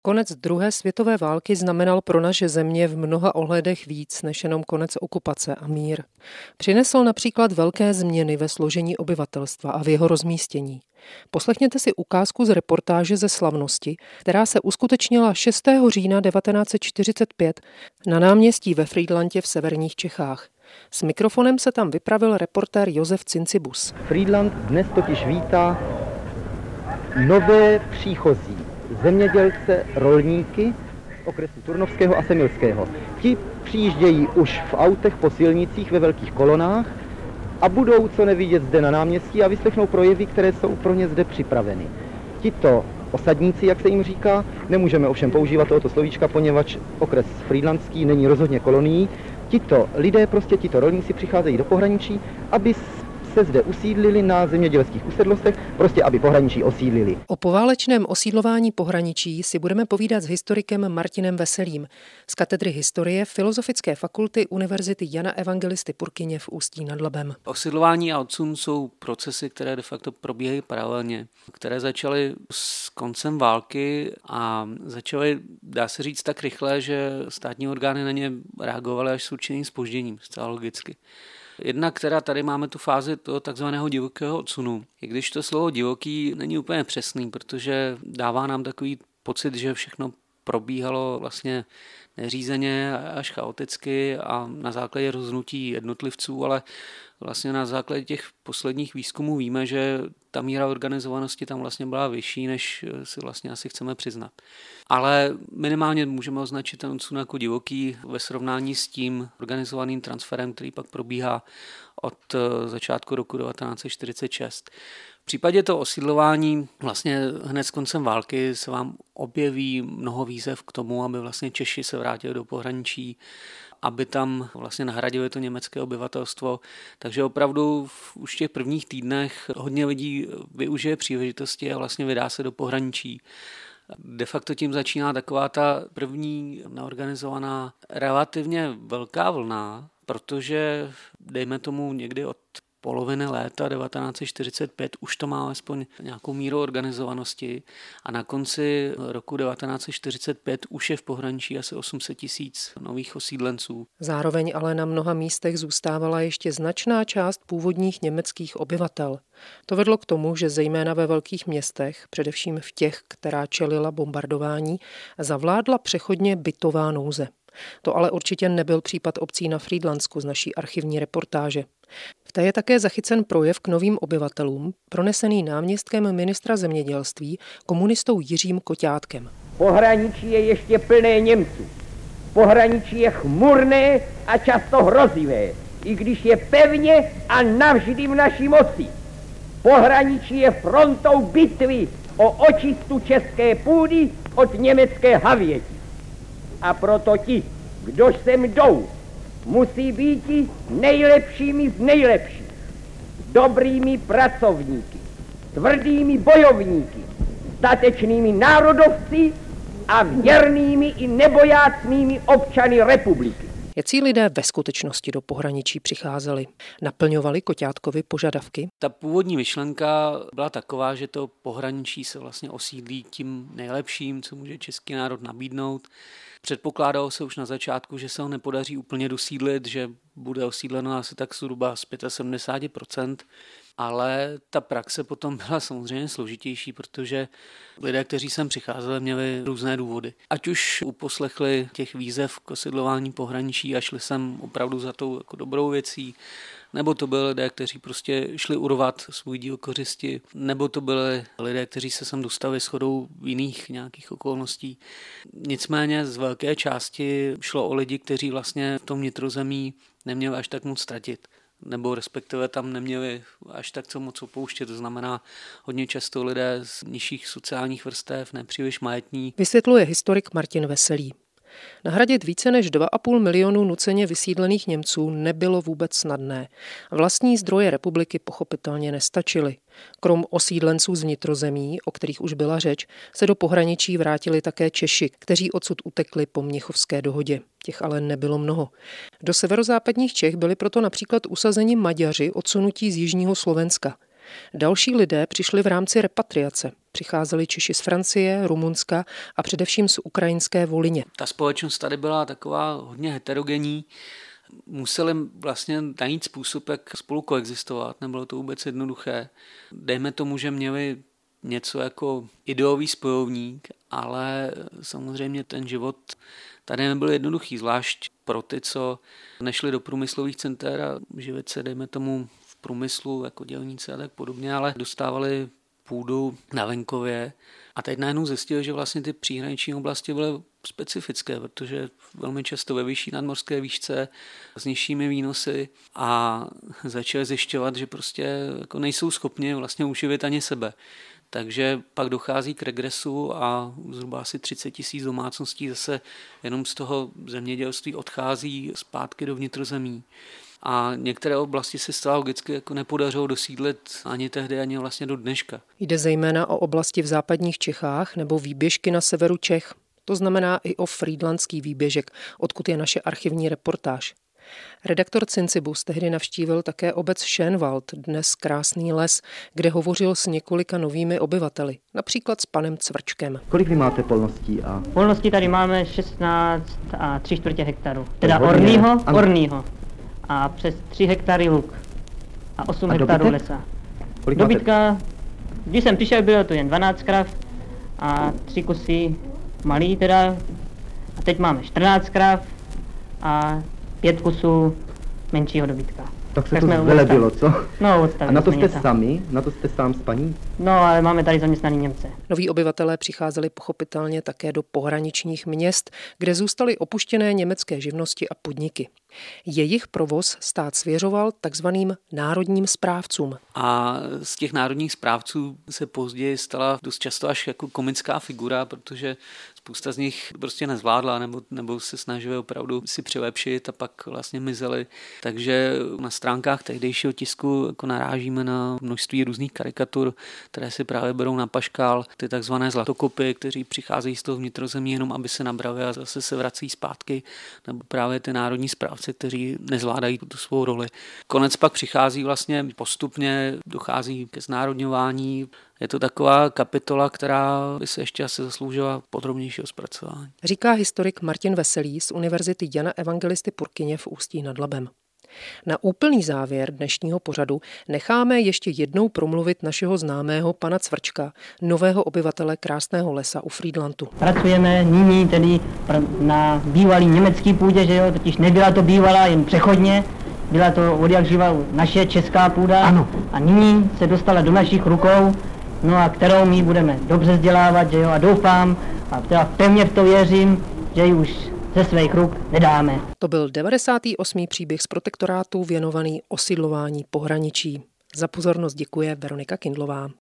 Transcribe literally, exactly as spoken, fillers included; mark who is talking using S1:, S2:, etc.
S1: Konec druhé světové války znamenal pro naše země v mnoha ohledech víc než jenom konec okupace a mír. Přinesl například velké změny ve složení obyvatelstva a v jeho rozmístění. Poslechněte si ukázku z reportáže ze slavnosti, která se uskutečnila šestého října devatenáct set čtyřicet pět na náměstí ve Frýdlantě v severních Čechách. S mikrofonem se tam vypravil reportér Josef Cincibus.
S2: Frýdlant dnes totiž vítá nové příchozí, zemědělce, rolníky z okresu Turnovského a Semilského. Ti přijíždějí už v autech po silnicích ve velkých kolonách a budou co nevidět zde na náměstí a vyslechnou projevy, které jsou pro ně zde připraveny. Tito osadníci, jak se jim říká, nemůžeme ovšem používat tohoto slovíčka, poněvadž okres frýdlantský není rozhodně kolonií. Tito lidé, prostě tito rolníci přicházejí do pohraničí, aby se zde usídlili na zemědělských usedlostech, prostě aby pohraničí osídlili.
S1: O poválečném osídlování pohraničí si budeme povídat s historikem Martinem Veselým z katedry historie Filozofické fakulty Univerzity Jana Evangelisty Purkyně v Ústí nad Labem.
S3: Osídlování a odsun jsou procesy, které de facto probíhají paralelně, které začaly s koncem války a začaly, dá se říct, tak rychle, že státní orgány na ně reagovaly až s určitým zpožděním, zcela logicky. Jedna, která tady máme tu fázi toho takzvaného divokého odsunu. I když to slovo divoký není úplně přesný, protože dává nám takový pocit, že všechno probíhalo vlastně neřízeně až chaoticky a na základě rozhodnutí jednotlivců, ale vlastně na základě těch posledních výzkumů víme, že ta míra organizovanosti tam vlastně byla vyšší, než si vlastně asi chceme přiznat. Ale minimálně můžeme označit ten odsun jako divoký ve srovnání s tím organizovaným transferem, který pak probíhá od začátku roku devatenáct set čtyřicet šest. V případě toho osídlování vlastně hned s koncem války se vám objeví mnoho výzev k tomu, aby vlastně Češi se vrátili do pohraničí, aby tam vlastně nahradili to německé obyvatelstvo. Takže opravdu v už těch prvních týdnech hodně lidí využije příležitosti a vlastně vydá se do pohraničí. De facto tím začíná taková ta první neorganizovaná relativně velká vlna, protože dejme tomu někdy od poloviny léta devatenáct set čtyřicet pět už to má alespoň nějakou míru organizovanosti a na konci roku devatenáct set čtyřicet pět už je v pohraničí asi osm set tisíc nových osídlenců.
S1: Zároveň ale na mnoha místech zůstávala ještě značná část původních německých obyvatel. To vedlo k tomu, že zejména ve velkých městech, především v těch, která čelila bombardování, zavládla přechodně bytová nouze. To ale určitě nebyl případ obcí na Frýdlantsku z naší archivní reportáže. V té je také zachycen projev k novým obyvatelům, pronesený náměstkem ministra zemědělství komunistou Jiřím Koťátkem.
S4: Pohraničí je ještě plné Němců. Pohraničí je chmurné a často hrozivé, i když je pevně a navždy v naší moci. Pohraničí je frontou bitvy o očistu české půdy od německé havěti. A proto ti, kdož sem jdou, musí být nejlepšími z nejlepších, dobrými pracovníky, tvrdými bojovníky, statečnými národovci a věrnými i nebojácnými občany republiky.
S1: Jací lidé ve skutečnosti do pohraničí přicházeli? Naplňovali Koťátkovi požadavky?
S3: Ta původní myšlenka byla taková, že to pohraničí se vlastně osídlí tím nejlepším, co může český národ nabídnout. Předpokládalo se už na začátku, že se ho nepodaří úplně dosídlit, že bude osídleno asi tak zhruba z sedmdesát pět procent, ale ta praxe potom byla samozřejmě složitější, protože lidé, kteří sem přicházeli, měli různé důvody. Ať už uposlechli těch výzev k osidlování pohraničí a šli sem opravdu za tou jako dobrou věcí, nebo to byli lidé, kteří prostě šli urvat svůj díl kořisti, nebo to byli lidé, kteří se sem dostali shodou jiných nějakých okolností. Nicméně z velké části šlo o lidi, kteří vlastně v tom vnitrozemí neměli až tak moc ztratit, nebo respektive tam neměli až tak co moc opouštět. To znamená hodně často lidé z nižších sociálních vrstev, nepříliš majetní.
S1: Vysvětluje historik Martin Veselý. Nahradit více než dva a půl milionu nuceně vysídlených Němců nebylo vůbec snadné. Vlastní zdroje republiky pochopitelně nestačily. Krom osídlenců z vnitrozemí, o kterých už byla řeč, se do pohraničí vrátili také Češi, kteří odsud utekli po Mnichovské dohodě. Těch ale nebylo mnoho. Do severozápadních Čech byli proto například usazeni Maďaři odsunutí z jižního Slovenska. Další lidé přišli v rámci repatriace. Přicházeli Češi z Francie, Rumunska a především z ukrajinské Volyně.
S3: Ta společnost tady byla taková hodně heterogenní. Museli vlastně najít způsob, jak spolu koexistovat. Nebylo to vůbec jednoduché. Dejme tomu, že měli něco jako ideový spojovník, ale samozřejmě ten život tady nebyl jednoduchý, zvlášť pro ty, co nešli do průmyslových center a živit se, dejme tomu, v průmyslu jako dělníci a tak podobně, ale dostávali půdu na venkově. A teď najednou zjistili, že vlastně ty příhraniční oblasti byly specifické, protože velmi často ve vyšší nadmořské výšce s nižšími výnosy a začali zjišťovat, že prostě jako nejsou schopni vlastně uživit ani sebe. Takže pak dochází k regresu a zhruba asi třicet tisíc domácností zase jenom z toho zemědělství odchází zpátky do vnitrozemí. A některé oblasti se zcela logicky jako nepodařilo dosídlit ani tehdy, ani vlastně do dneška.
S1: Jde zejména o oblasti v západních Čechách nebo výběžky na severu Čech. To znamená i o frýdlantský výběžek, odkud je naše archivní reportáž. Redaktor Cincibus tehdy navštívil také obec Šénwald, dnes krásný les, kde hovořil s několika novými obyvateli, například s panem Cvrčkem.
S2: Kolik vy máte polností? A...
S5: Polností tady máme šestnáct a tři čtvrtě hektaru. Teda orního, orního. A přes tři hektary luk. A osm a hektarů dobytek? Lesa.
S2: Kolik
S5: dobytka, máte? Když jsem přišel, bylo to jen dvanáct krav a tři kusy malý teda. A teď máme čtrnáct krav a pět kusů menšího dobytka.
S2: Tak se tak to zvelebilo, co?
S5: No,
S2: a na to jste sami? Na to jste sám s paní?
S5: No, ale máme tady zaměstnaný Němce.
S1: Noví obyvatelé přicházeli pochopitelně také do pohraničních měst, kde zůstaly opuštěné německé živnosti a podniky. Jejich provoz stát svěřoval takzvaným národním správcům.
S3: A z těch národních správců se později stala dost často až jako komická figura, protože spousta z nich prostě nezvládla nebo, nebo se snažili opravdu si přilepšit a pak vlastně mizeli. Takže na stránkách tehdejšího tisku jako narážíme na množství různých karikatur, které si právě berou na paškál, ty takzvané zlatokopy, kteří přicházejí z toho vnitrozemí jenom, aby se nabrali a zase se vrací zpátky, nebo právě ty národní správci, kteří nezvládají tu svou roli. Konec pak přichází vlastně postupně, dochází ke znárodňování. Je to taková kapitola, která by se ještě asi zasloužila podrobnějšího zpracování.
S1: Říká historik Martin Veselý z Univerzity Jana Evangelisty Purkyně v Ústí nad Labem. Na úplný závěr dnešního pořadu necháme ještě jednou promluvit našeho známého pana Cvrčka, nového obyvatele krásného lesa u Frýdlantu.
S5: Pracujeme nyní tedy na bývalý německý půdě, že jo, totiž nebyla to bývalá jen přechodně, byla to od jak živa naše česká půda.
S2: Ano.
S5: A nyní se dostala do našich rukou, no a kterou my budeme dobře vzdělávat, že jo, a doufám, a teda pevně v to věřím, že ji už ze svých ruk nedáme.
S1: To byl devadesátý osmý příběh z protektorátu věnovaný osidlování pohraničí. Za pozornost děkuje Veronika Kindlová.